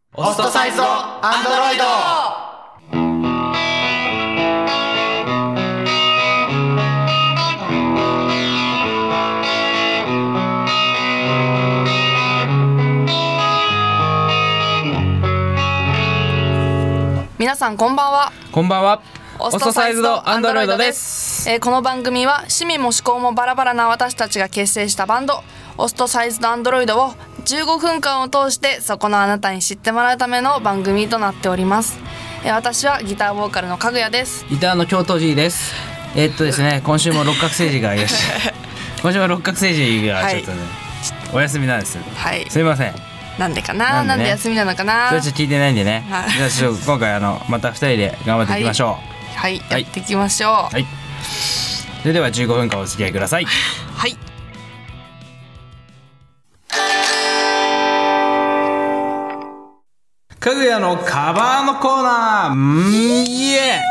オストサイズドアンドロイド。 皆さんこんばんは。 こんばんは。 オストサイズドアンドロイドです。この番組は趣味も思考もバラバラな私たちが結成したバンドオストサイズドアンドロイドを15分間を通してそこのあなたに知ってもらうための番組となっております。私はギターボーカルのかぐやです。 ギターの京都Gです。ですね、今週も六角星人がいらっしゃる今週は六角星人がちょっとね、お休みなんです。 はい。 すいません。 なんでかな、なんで休みなのかな。 それちょっと聞いてないんでね。 はい、 じゃあちょっと今回また2人で頑張っていきましょう。 はい、やっていきましょう。 はい。それでは15分間お付き合いください。 はい。 かぐやのカバーのコーナー。イエ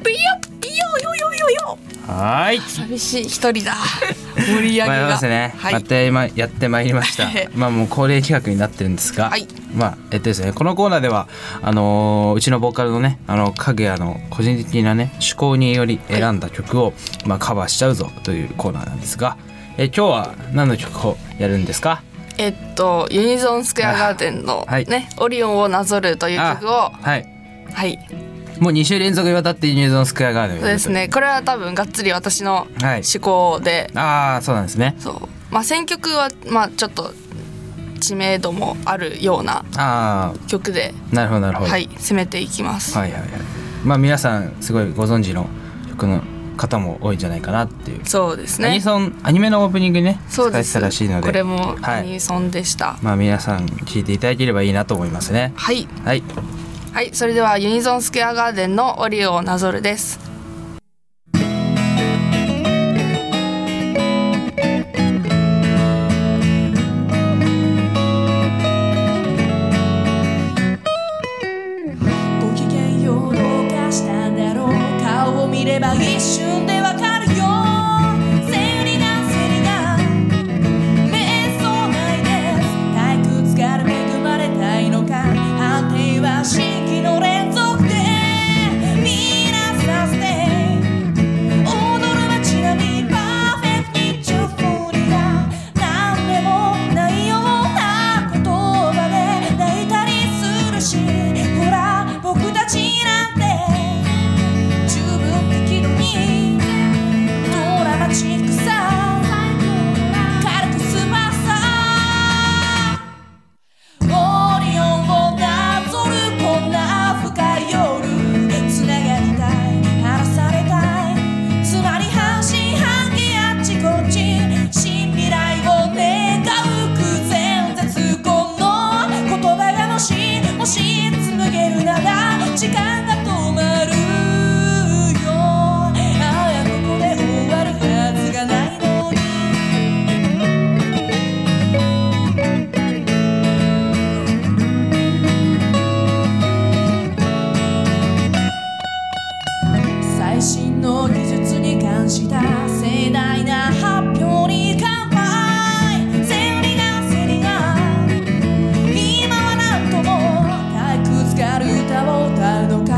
ー。はい。 寂しい一人だ。盛り上げが。 ね、はい、また今やってまいりました。まあもう恒例企画になってるんですが、はい、まあですね、このコーナーではうちのボーカルのねかぐやの個人的なね趣向により選んだ曲を、まあカバーしちゃうぞというコーナーなんですが、今日は何の曲をやるんですか？ ユニゾンスクエアガーデンのね、はい、オリオンをなぞるという曲を、 はいはい。 もう2週連続にわたってユニゾンスクエアガーデン。 そうですね。これは多分がっつり私の思考で、 ああそうなんですね。 そう、まあ選曲はまあちょっと知名度もあるような曲で、 なるほどなるほど、 はい、攻めていきます。 はいはいはい。まあ皆さんすごいご存知の曲の方も多いんじゃないかなっていう。 そうですね。 アニメのオープニングね使ってたらしいので、 これもアニソンでした。 はい、まあ皆さん聴いていただければいいなと思いますね。 はいはいはい、それではユニゾンスクエアガーデンのオリオンをなぞるです。 ご機嫌ようどうかしたんだろう。顔を見れば一瞬でわかるよ。セリナ瞑想ないです。退屈から恵まれたいのか。判定は新規の連続でみんなさせて踊る街並みパーフェクトにチューフリがなんでもないような言葉で泣いたりするし、ほら僕たちなんて十分適度にドラマチックさ軽くスパさオリオンをなぞるこんな深い夜、つながりたい晴らされたい、つまり半信半疑あっちこっち新未来を願う空前絶後の言葉がもし紡げるなら時間が止まるよ。ああここで終わるはずがないのに。最新の技術に関した盛大な発表に乾杯。セリが今はなんとも退屈がる歌を歌うのか。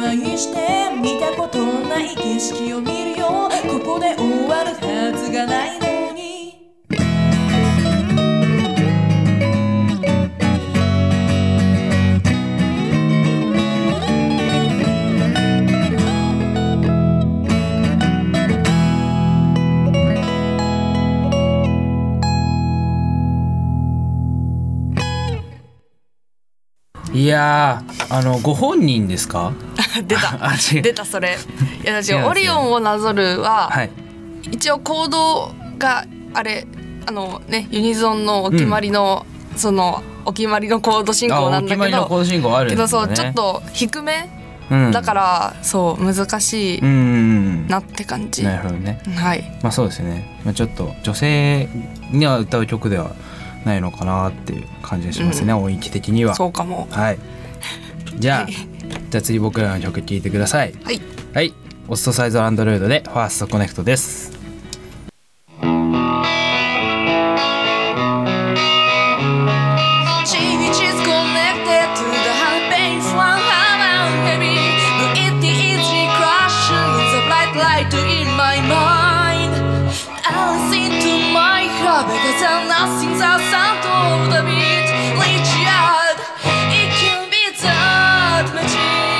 愛して見たことない景色を見るよ。ここで終わるはずがないのに。 いやご本人ですか？ 出た出たそれ。いや違う、オリオンをなぞるは、はい、一応コードがあれユニゾンのお決まりの、そのお決まりのコード進行なんだけど、お決まりのコード進行あるんですね。 けどそうちょっと低め、だからそう難しいなって感じ。 なるほどね。 はい。 まあそうですね。まあちょっと女性には歌う曲ではないのかなっていう感じがしますね、音域的には。 そうかも。 はい。じゃあ次僕らの曲聴いてください。 はい。 はい。オストサイズアンドロイドでファーストコネクトです。 Nothing's outside of the beat. Reach out, it can be that magic.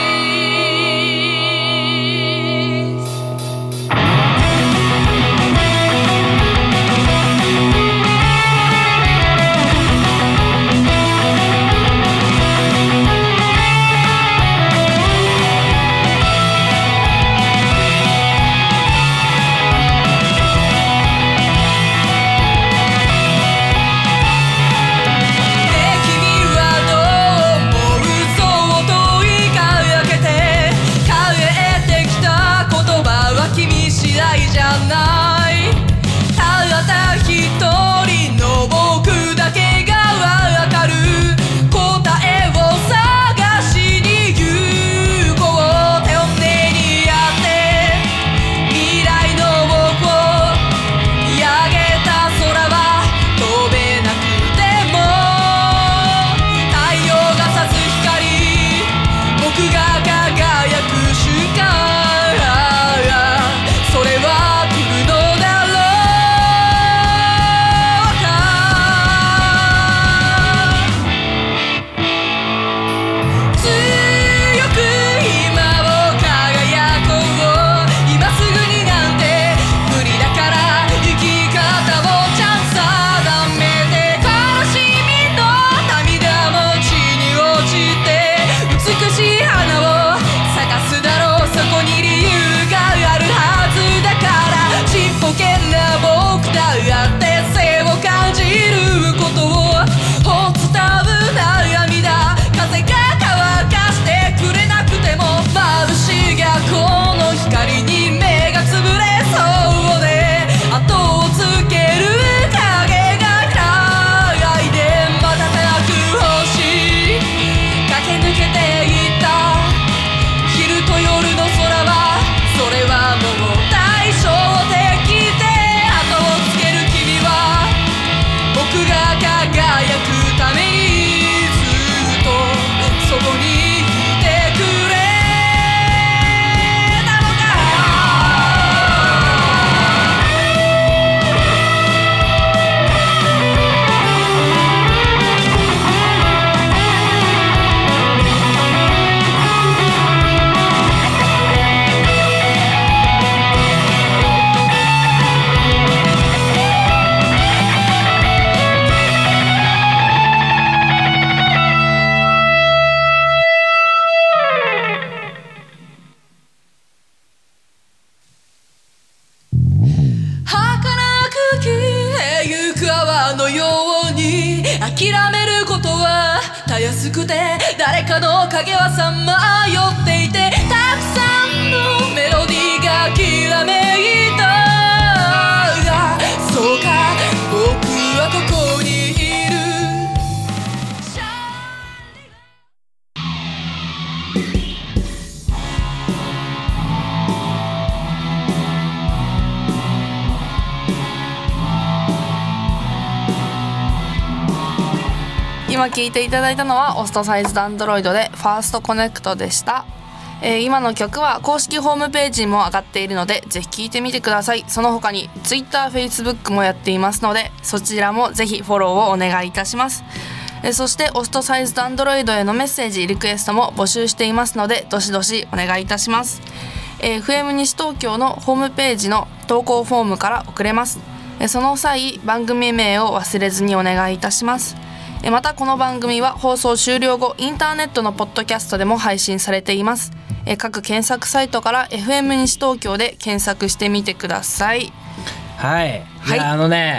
諦めることはたやすくて、誰かの影はさまよっていて、たくさんのメロディーがきらめいたが、そうか僕はここにいる。 今聴いていただいたのはオストサイズドアンドロイドでファーストコネクトでした。 今の曲は公式ホームページにも上がっているのでぜひ聴いてみてください。その他に Twitter、Facebook もやっていますのでそちらもぜひフォローをお願いいたします。そしてオストサイズドアンドロイドへのメッセージリクエストも募集していますのでどしどしお願いいたします。FM 西東京のホームページの投稿フォームから送れます。その際番組名を忘れずにお願いいたします。またこの番組は放送終了後インターネットのポッドキャストでも配信されています。各検索サイトから FM 西東京で検索してみてください。 はい、 はい、 いや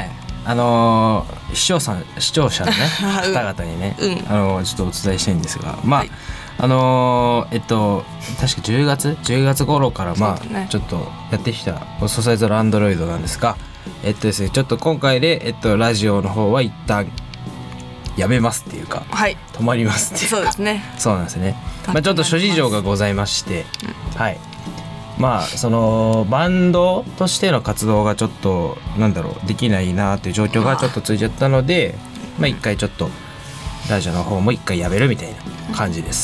視聴者のね方々にね、ちょっとお伝えしたいんですが、まあ、はい、確か10月頃からね、ちょっとやってきたオストサイズのアンドロイドなんですが、ですね、ちょっと今回でラジオの方は一旦やめますっていうか、 はい、 止まりますっていうか、そうですね。そうなんですね。まあちょっと諸事情がございまして、はい。まあそのバンドとしての活動がちょっとできないなっていう状況がちょっとついちゃったので、まあ一回ちょっとラジオの方も一回やめるみたいな感じです。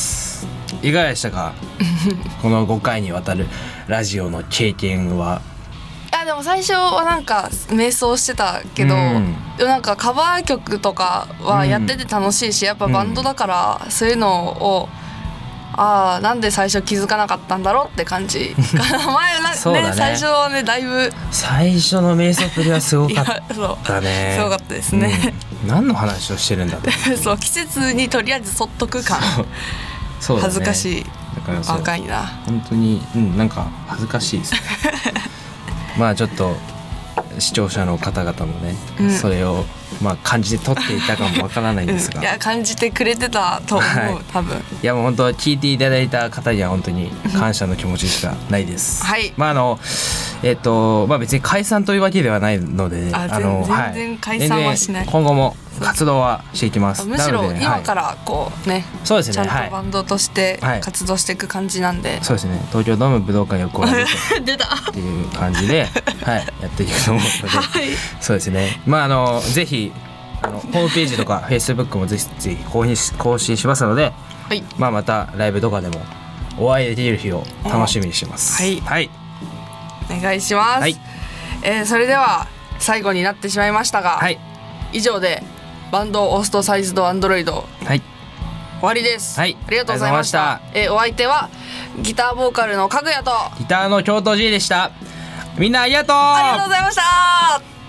いかがでしたか？この5回にわたるラジオの経験は。 でも最初はなんか瞑想してたけど、なんかカバー曲とかはやってて楽しいし、やっぱバンドだからそういうのをなんで最初気づかなかったんだろうって感じ前ね、最初はねだいぶ最初の瞑想っぷりはすごかったね。 すごかったですね、 何の話をしてるんだってそう季節にとりあえずそっとく感そう、ね、恥ずかしいだから若いな本当に、なんか恥ずかしいですねまあちょっと視聴者の方々もね、それを感じて撮っていたかもわからないんですが、 いや感じてくれてたと思う、多分。 いやもう本当聞いていただいた方には本当に感謝の気持ちしかないですはい別に解散というわけではないので、 全然解散はしない、 今後も活動はしていきます。 むしろ今からこうね、 そうですね、 ちゃんとバンドとして活動していく感じなんで、 そうですね、東京ドーム武道館横浜出たっていう感じでやっていくと思うので、そうですね、ぜひホームページとか Facebook もぜひ更新しますので、またライブとかでもお会いできる日を楽しみにしてます。はい、 お願いします。それでは最後になってしまいましたが、以上でバンドオストサイズドアンドロイド、終わりです。ありがとうございました。お相手はギターボーカルのかぐやとギターの京都 G でした。みんなありがとう。 ありがとうございました。